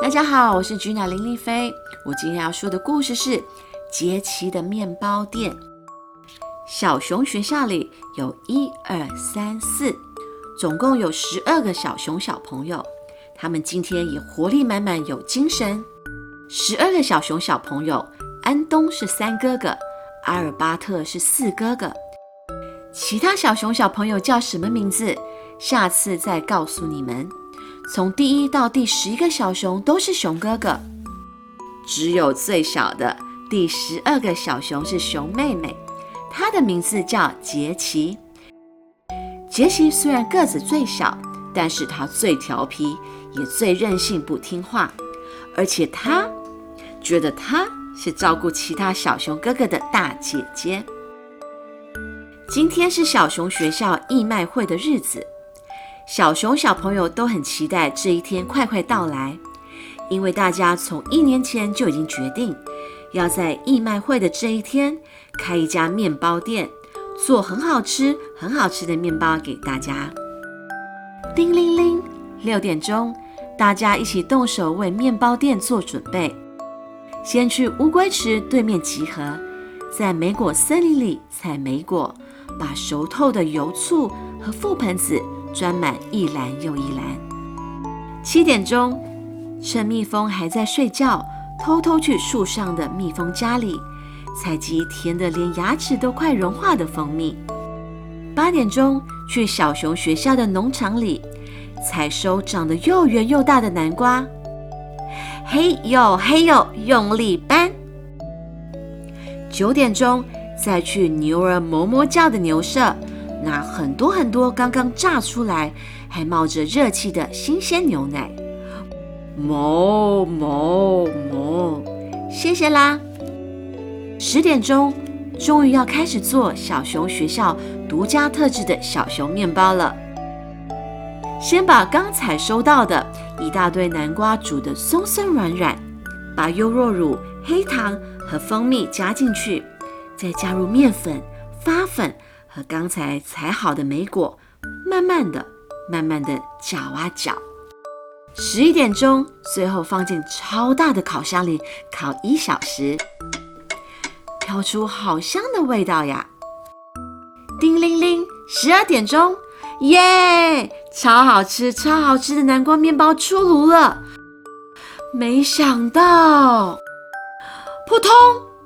大家好，我是菊乃林丽菲。我今天要说的故事是杰奇的面包店。小熊学校里有1、2、3、4，总共有12个小熊小朋友。他们今天也活力满满，有精神。12个小熊小朋友，安东是3哥哥，阿尔巴特是4哥哥。其他小熊小朋友叫什么名字？下次再告诉你们。从第1到第11个小熊都是熊哥哥，只有最小的第12个小熊是熊妹妹，她的名字叫杰奇。杰奇虽然个子最小，但是她最调皮，也最任性不听话，而且她觉得她是照顾其他小熊哥哥的大姐姐。今天是小熊学校义卖会的日子，小熊小朋友都很期待这一天快快到来，因为大家从1年前就已经决定，要在义卖会的这一天开一家面包店，做很好吃的面包给大家。叮铃铃，6点钟，大家一起动手为面包店做准备。先去乌龟池对面集合，在莓果森林里采莓果，把熟透的油醋和覆盆子装满一篮又一篮。7点钟，趁蜜蜂还在睡觉，偷偷去树上的蜜蜂家里，采集甜得连牙齿都快融化的蜂蜜。8点钟，去小熊学校的农场里，采收长得又圆又大的南瓜。嘿呦嘿呦，用力搬。9点钟，再去牛儿哞哞叫的牛舍，拿很多刚刚榨出来还冒着热气的新鲜牛奶。哞哞哞，谢谢啦。10点钟，终于要开始做小熊学校独家特制的小熊面包了。先把刚采收到的一大堆南瓜煮得松松软软，把优酪乳、黑糖和蜂蜜加进去，再加入面粉、发粉和刚才采好的莓果，慢慢的搅啊搅。11点钟，最后放进超大的烤箱里烤1小时，飘出好香的味道呀！叮铃铃，12点钟，耶！超好吃的南瓜面包出炉了。没想到，扑通！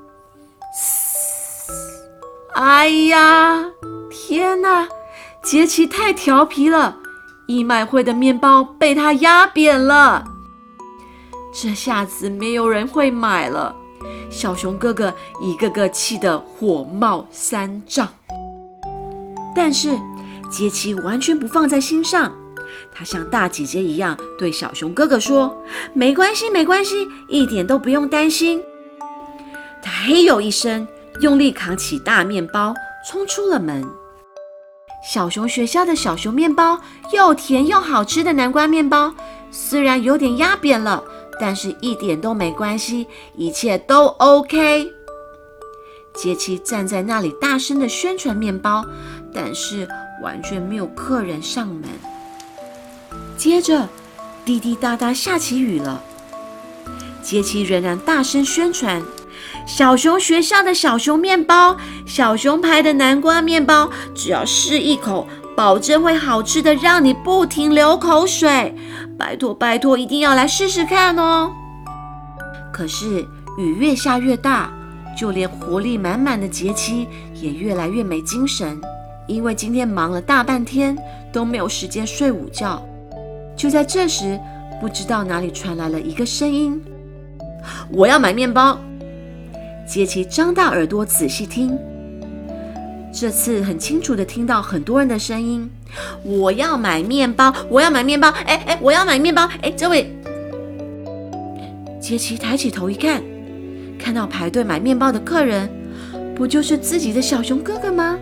哎呀，天哪！杰奇太调皮了，义卖会的面包被他压扁了。这下子没有人会买了。小熊哥哥一个个气得火冒3丈。但是杰奇完全不放在心上，他像大姐姐一样对小熊哥哥说：“没关系，一点都不用担心。”他嘿呦一声，用力扛起大面包，冲出了门。小熊学校的小熊面包，又甜又好吃的南瓜面包，虽然有点压扁了，但是一点都没关系，一切都 OK。杰奇站在那里大声地宣传面包，但是完全没有客人上门。接着滴滴答答下起雨了，杰奇仍然大声宣传：小熊学校的小熊面包，小熊牌的南瓜面包，只要试一口，保证会好吃的，让你不停流口水。拜托，一定要来试试看哦！可是雨越下越大，就连活力满满的杰奇也越来越没精神，因为今天忙了大半天，都没有时间睡午觉。就在这时，不知道哪里传来了一个声音：“我要买面包！”杰奇张大耳朵仔细听，这次很清楚地听到很多人的声音：“我要买面包！我要买面包！我要买面包！这位……”杰奇抬起头一看，看到排队买面包的客人，不就是自己的小熊哥哥吗？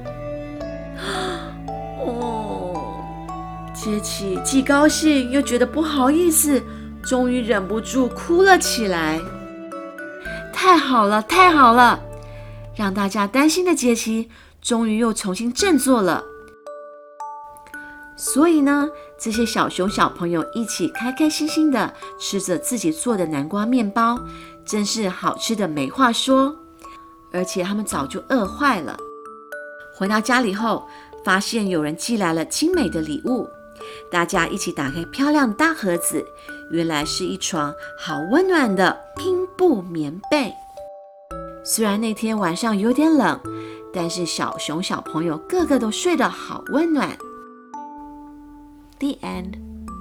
杰奇既高兴又觉得不好意思，终于忍不住哭了起来。太好了！让大家担心的杰奇终于又重新振作了。 所以呢，这些小熊小朋友一起开开心心的吃着自己做的南瓜面包，真是好吃的没话说。而且他们早就饿坏了。回到家里后，发现有人寄来了精美的礼物，大家一起打开漂亮大盒子，原来是一床好温暖的拼布棉被。虽然那天晚上有点冷，但是小熊小朋友个个都睡得好温暖。The end。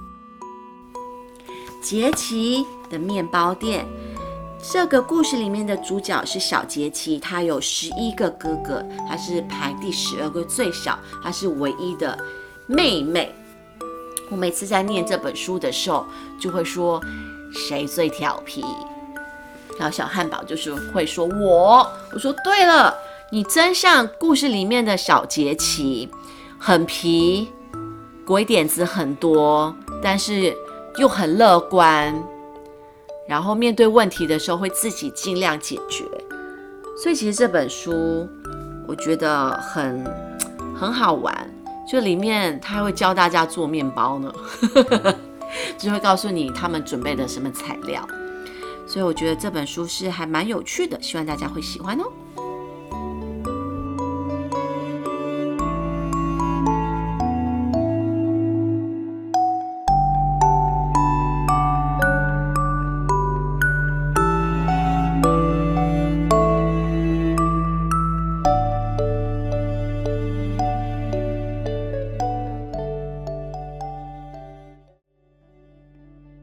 杰奇的面包店，这个故事里面的主角是小杰奇，他有11个哥哥，他是排第12个最小，他是唯一的妹妹。我每次在念这本书的时候，就会说谁最调皮，然后小汉堡就是会说我说对了，你真像故事里面的小杰奇，很皮，鬼点子很多，但是又很乐观，然后面对问题的时候会自己尽量解决。所以其实这本书我觉得很好玩，就里面他会教大家做面包呢就会告诉你他们准备的什么材料，所以我觉得这本书是还蛮有趣的，希望大家会喜欢哦。